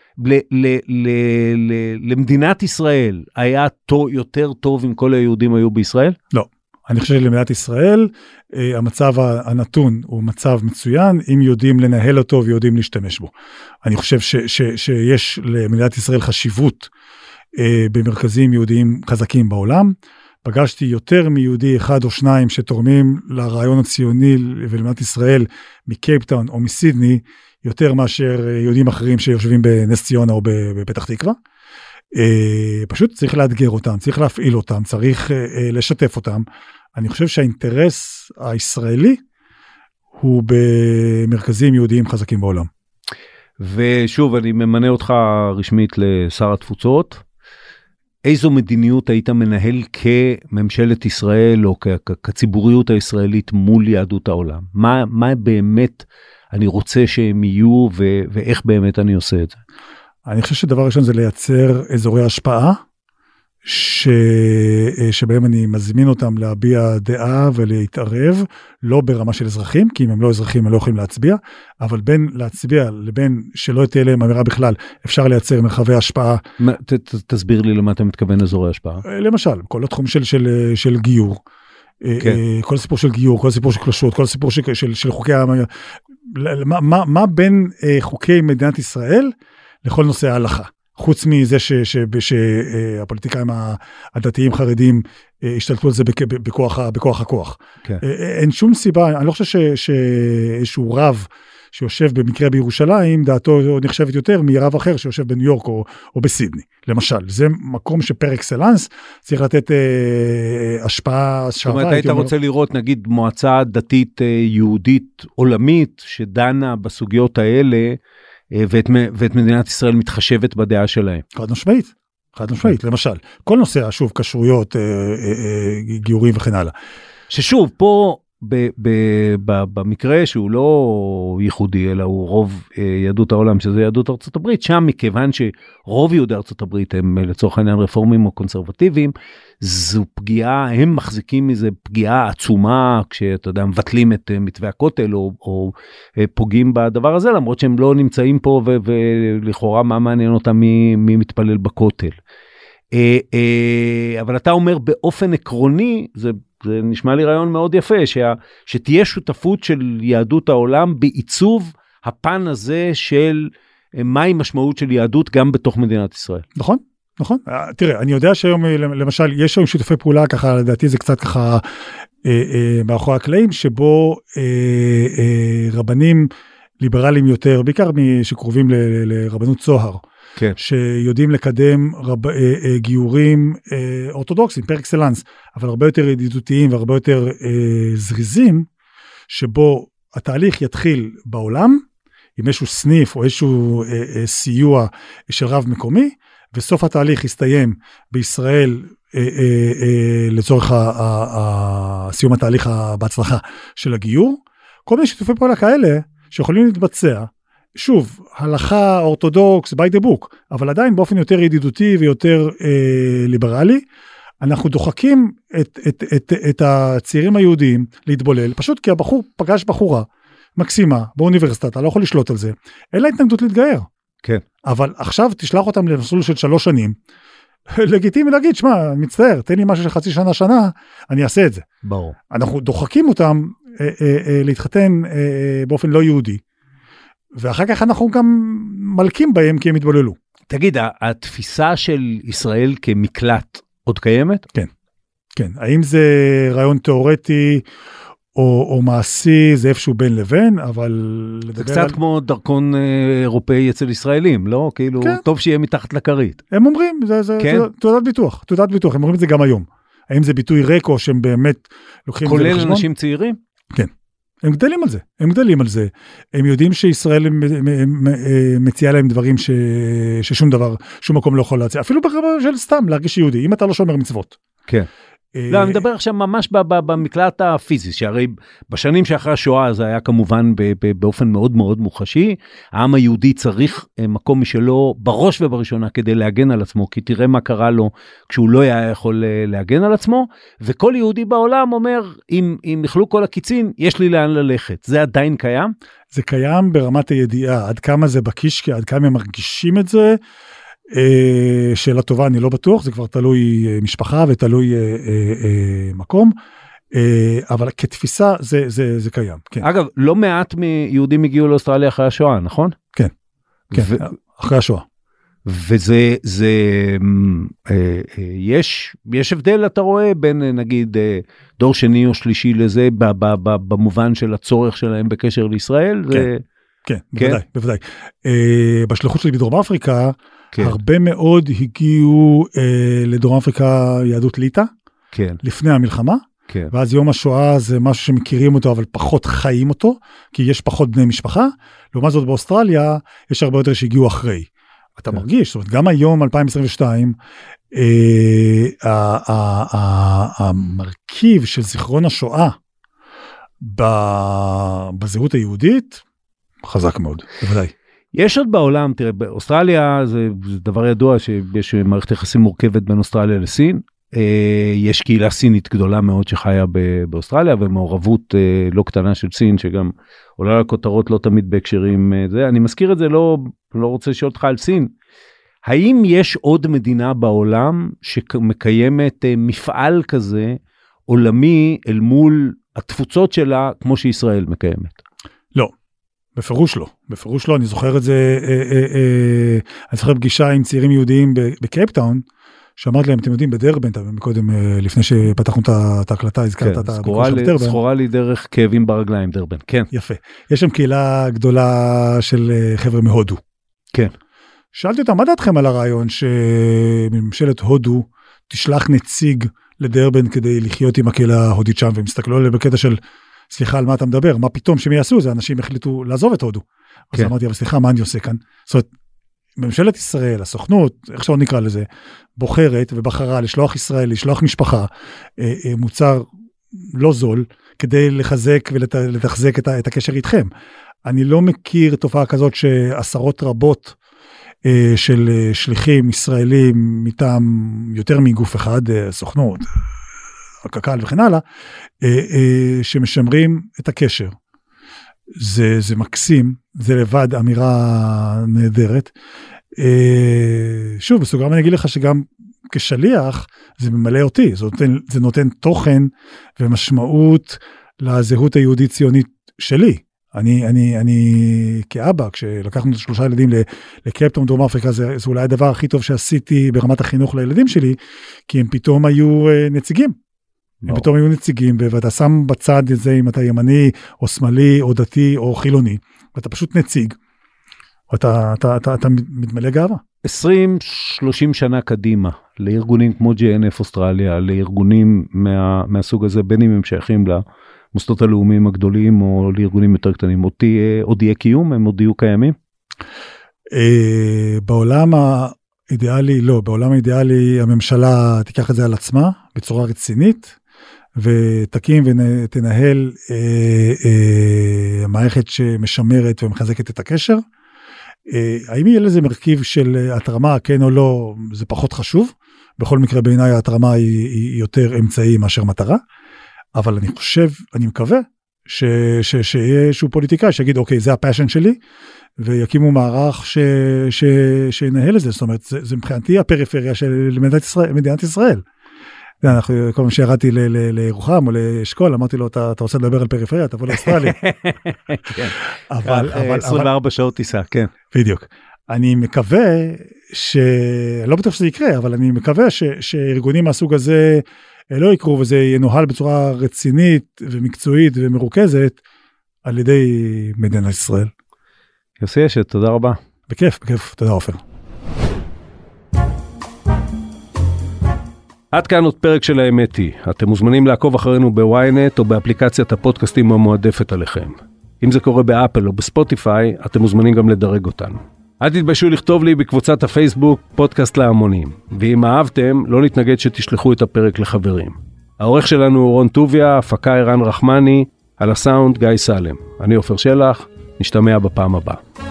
Speaker 2: למדינת ישראל היה יותר טוב אם כל היהודים היו בישראל?
Speaker 4: לא. אני חושב שלמדינת ישראל, המצב הנתון הוא מצב מצוין, אם יודעים לנהל אותו ויודעים להשתמש בו. אני חושב שיש למדינת ישראל חשיבות במרכזים יהודיים חזקים בעולם. פגשתי יותר מיהודי אחד או שניים שתורמים לרעיון הציוני ולמדינת ישראל מקייפטאון או מסידני, יותר מאשר יהודים אחרים שיושבים בנס ציונה או בפתח תקווה. פשוט צריך לאתגר אותם, צריך להפעיל אותם, צריך לשתף אותם. אני חושב שהאינטרס הישראלי הוא במרכזים יהודיים חזקים בעולם.
Speaker 2: ושוב, אני ממנה אותך רשמית לשר התפוצות. איזו מדיניות היית מנהל כממשלת ישראל או כציבוריות הישראלית מול יהדות העולם? מה באמת אני רוצה שהם יהיו ואיך באמת אני עושה את זה?
Speaker 4: אני חושב שדבר ראשון זה לייצר אזורי השפעה, שבהם אני מזמין אותם להביע דעה ולהתערב, לא ברמה של אזרחים, כי אם הם לא אזרחים הם לא יכולים להצביע, אבל בין להצביע לבין שלא תהיה להם אמירה בכלל, אפשר לייצר מרחבי השפעה.
Speaker 2: תסביר לי למה אתה מתכוון אזורי השפעה.
Speaker 4: למשל, כל התחום של גיור, כל הסיפור של גיור, כל הסיפור של קלשות, כל הסיפור של חוקי, מה בין חוקי מדינת ישראל לכל נושא ההלכה? חוץ מזה שהפוליטיקאים הדתיים חרדים השתלטו על זה בכוח הכוח. אין שום סיבה, אני לא חושב שאיזשהו רב שיושב במקרה בירושלים, דעתו נחשבת יותר מרב אחר שיושב בניו יורק או בסידני, למשל. זה מקום שפר אקסלנס צריך לתת השפעה.
Speaker 2: זאת אומרת, היית רוצה לראות נגיד מועצה דתית יהודית עולמית שדנה בסוגיות האלה, ואת מדינת ישראל מתחשבת בדעה שלהם.
Speaker 4: חד משמעית, למשל. כל נושא, שוב, כשרויות, גיורים וכן הלאה.
Speaker 2: ששוב, פה, במקרה שהוא לא ייחודי, אלא הוא רוב יהדות העולם, שזה יהדות ארצות הברית, שם מכיוון שרוב יהודי ארצות הברית הם לצורך העניין רפורמים או קונסרבטיביים, זו פגיעה, הם מחזיקים מזה פגיעה עצומה, כשאתה יודע, מבטלים את מתווה הכותל, או פוגעים בדבר הזה, למרות שהם לא נמצאים פה, ולכאורה מה מעניין אותם מי מתפלל בכותל. אבל אתה אומר באופן עקרוני, זה נשמע לי רעיון מאוד יפה, שתהיה שותפות של יהדות העולם בעיצוב הפן הזה של מהי משמעות של יהדות גם בתוך מדינת ישראל.
Speaker 4: נכון. תראה, אני יודע שהיום למשל יש היום שיתופי פעולה ככה, לדעתי זה קצת ככה מאחורי הקלעים, שבו רבנים ליברליים יותר, בעיקר שקרובים לרבנות צוהר,
Speaker 2: כן.
Speaker 4: שיודעים לקדם גיורים אורתודוקסיים, פר אקסלנס, אבל הרבה יותר ידידותיים והרבה יותר זריזים, שבו התהליך יתחיל בעולם, עם איזשהו סניף או איזשהו סיוע של רב מקומי, וסוף התהליך יסתיים בישראל לצורך סיום התהליך בהצלחה של הגיור. כל מיני שיתופי פעולה כאלה שיכולים להתבצע, שוב, הלכה אורתודוקס, by the book, אבל עדיין באופן יותר ידידותי ויותר ליברלי, אנחנו דוחקים את הצעירים היהודים להתבולל, פשוט כי הבחור פגש בחורה מקסימה באוניברסיטה, אתה לא יכול לשלוט על זה, אין לה התנגדות להתגייר.
Speaker 2: כן.
Speaker 4: אבל עכשיו תשלח אותם למסלול של 3 שנים, לגיטימי להגיד, שמע, אני מצטער, תן לי משהו של חצי שנה, אני אעשה את זה.
Speaker 2: ברור.
Speaker 4: אנחנו דוחקים אותם להתחתן באופן לא יהודי, ואחר כך אנחנו גם מלכים בהם כי הם התבוללו.
Speaker 2: תגיד, התפיסה של ישראל כמקלט עוד קיימת?
Speaker 4: כן, כן. האם זה רעיון תיאורטי או מעשי, זה איפשהו בין לבין, אבל...
Speaker 2: זה קצת כמו דרכון אירופאי אצל ישראלים, לא? כאילו, טוב שיהיה מתחת לכרית.
Speaker 4: הם אומרים, זה תעודת ביטוח, הם אומרים את זה גם היום. האם זה ביטוי ריק או שהם באמת לוקחים את זה בחשבון?
Speaker 2: כולל אנשים צעירים?
Speaker 4: כן. הם גדלים על זה, הם יודעים שישראל מציעה להם דברים ששום דבר, שום מקום לא יכול להציע, אפילו ברמה של סתם להרגיש יהודי, אם אתה לא שומר מצוות.
Speaker 2: כן. לא, אני מדבר עכשיו ממש במקלט הפיזי, שהרי בשנים שאחרי השואה זה היה כמובן באופן מאוד מאוד מוחשי, העם היהודי צריך מקום משלו בראש ובראשונה כדי להגן על עצמו, כי תראה מה קרה לו כשהוא לא היה יכול להגן על עצמו, וכל יהודי בעולם אומר, אם יכלו כל הקיצין, יש לי לאן ללכת. זה עדיין קיים?
Speaker 4: זה קיים ברמת הידיעה, עד כמה זה בקישקע, עד כמה הם מרגישים את זה, שאלה טובה, אני לא בטוח, זה כבר תלוי משפחה ותלוי מקום, אבל כתפיסה זה קיים. כן.
Speaker 2: אגב, לא מעט מיהודים הגיעו לאוסטרליה אחרי השואה, נכון?
Speaker 4: כן, כן, אחרי השואה.
Speaker 2: וזה, יש הבדל, אתה רואה, בין נגיד דור שני או שלישי לזה, במובן של הצורך שלהם בקשר לישראל?
Speaker 4: כן, בוודאי. בשליחות שלי בדרום אפריקה, הרבה מאוד הגיעו לדרום אפריקה יהדות ליטא, לפני המלחמה, ואז יום השואה זה משהו שמכירים אותו, אבל פחות חיים אותו, כי יש פחות בני משפחה. לעומת זאת באוסטרליה, יש הרבה יותר שהגיעו אחרי. אתה מרגיש, זאת אומרת, גם היום, 2022, המרכיב של זיכרון השואה בזהות היהודית, חזק מאוד, בוודאי.
Speaker 2: יש עוד בעולם, תראה, באוסטרליה זה דבר ידוע שיש מערכת יחסים מורכבת בין אוסטרליה לסין, יש קהילה סינית גדולה מאוד שחיה באוסטרליה, ומעורבות לא קטנה של סין, שגם עולה לכותרות לא תמיד בהקשרים זה. אני מזכיר את זה, לא רוצה לשאול אותך על סין. האם יש עוד מדינה בעולם שמקיימת מפעל כזה עולמי אל מול התפוצות שלה, כמו שישראל מקיימת?
Speaker 4: לא. בפירוש לא, אני זוכר את זה, אני זוכר פגישה עם צעירים יהודיים בקייפטאון, שאמרתי להם, אתם יודעים, בדרבן, מקודם, לפני שפתחנו את ההקלטה, הזכרת את הביקור של דרבן.
Speaker 2: זכורה לי דרך כאבים ברגליים, דרבן, כן.
Speaker 4: יפה. יש שם קהילה גדולה של חבר'ה מהודו.
Speaker 2: כן.
Speaker 4: שאלתי אותם, מה דעתכם על הרעיון שממשלת הודו תשלח נציג לדרבן כדי לחיות עם הקהילה ההודית שם, והם הסתכלו עליהם בקטע של, סליחה, על מה אתה מדבר? מה פתאום שהם יעשו? זה אנשים החליטו לעזוב את הודו. אז אמרתי, אבל סליחה, מה אני עושה כאן? זאת אומרת, ממשלת ישראל, הסוכנות, איך שלא נקרא לזה, בוחרת ובחרה לשלוח ישראל, לשלוח משפחה, מוצר לא זול, כדי לחזק ולתחזק את הקשר איתכם. אני לא מכיר תופעה כזאת שעשרות רבות של שליחים ישראלים מטעם יותר מגוף אחד, סוכנות, הקק"ל וכן הלאה, שמשמרים את הקשר. זה מקסים, זה לבד אמירה נהדרת. שוב, בסוגריים אני אגיד לך שגם כשליח, זה ממלא אותי, זה נותן תוכן ומשמעות לזהות היהודית ציונית שלי. אני כאבא, כשלקחנו את 3 ילדים לקייפטאון דרום אפריקה, זה אולי הדבר הכי טוב שעשיתי ברמת החינוך לילדים שלי, כי הם פתאום היו נציגים. הם פתאום היו נציגים, ואתה שם בצד את זה אם אתה ימני, או שמאלי, או דתי, או חילוני, ואתה פשוט נציג, ואתה מתמלא גאווה.
Speaker 2: 20-30 שנה קדימה, לארגונים כמו JNF אוסטרליה, לארגונים מהסוג הזה, בין אם הם שייכים למוסדות הלאומיים הגדולים, או לארגונים יותר קטנים, עוד יהיה קיום, הם עוד יהיו קיימים?
Speaker 4: בעולם האידיאלי, לא, בעולם האידיאלי הממשלה תיקח את זה על עצמה, בצורה רצינית, ותקים ותנהל מערכת שמשמרת ומחזקת את הקשר. האם יהיה לזה מרכיב של התרמה, כן או לא, זה פחות חשוב. בכל מקרה בעיניי התרמה היא יותר אמצעי מאשר מטרה. אבל אני חושב, אני מקווה, שיהיה איזשהו פוליטיקאי שיגיד, אוקיי, זה הפאשן שלי, ויקימו מערך שינהל את זה. זאת אומרת, זה מבחינתי הפריפריה של מדינת ישראל. כל פעם שירדתי לירוחם או לאשכול, אמרתי לו, אתה רוצה לדבר על פריפריה, תבוא לאוסטרליה.
Speaker 2: 24 שעות טיסה, כן.
Speaker 4: בדיוק. אני מקווה לא בטוח שזה יקרה, אבל אני מקווה שארגונים מהסוג הזה לא יקרו, וזה ינוהל בצורה רצינית ומקצועית ומרוכזת על ידי מדינת ישראל.
Speaker 2: יוסי אשת, תודה רבה.
Speaker 4: בכיף, תודה עופר.
Speaker 2: עד כאן עוד פרק של האמת היא. אתם מוזמנים לעקוב אחרינו בוויינט או באפליקציית הפודקאסטים המועדפת עליכם. אם זה קורה באפל או בספוטיפיי, אתם מוזמנים גם לדרג אותנו. אל תתביישו לכתוב לי בקבוצת הפייסבוק פודקאסט להמונים. ואם אהבתם, לא נתנגד שתשלחו את הפרק לחברים. העורך שלנו הוא רון טוביה, הפקה ערן רחמני, על הסאונד גיא סלם. אני עופר שלח, נשתמע בפעם הבאה.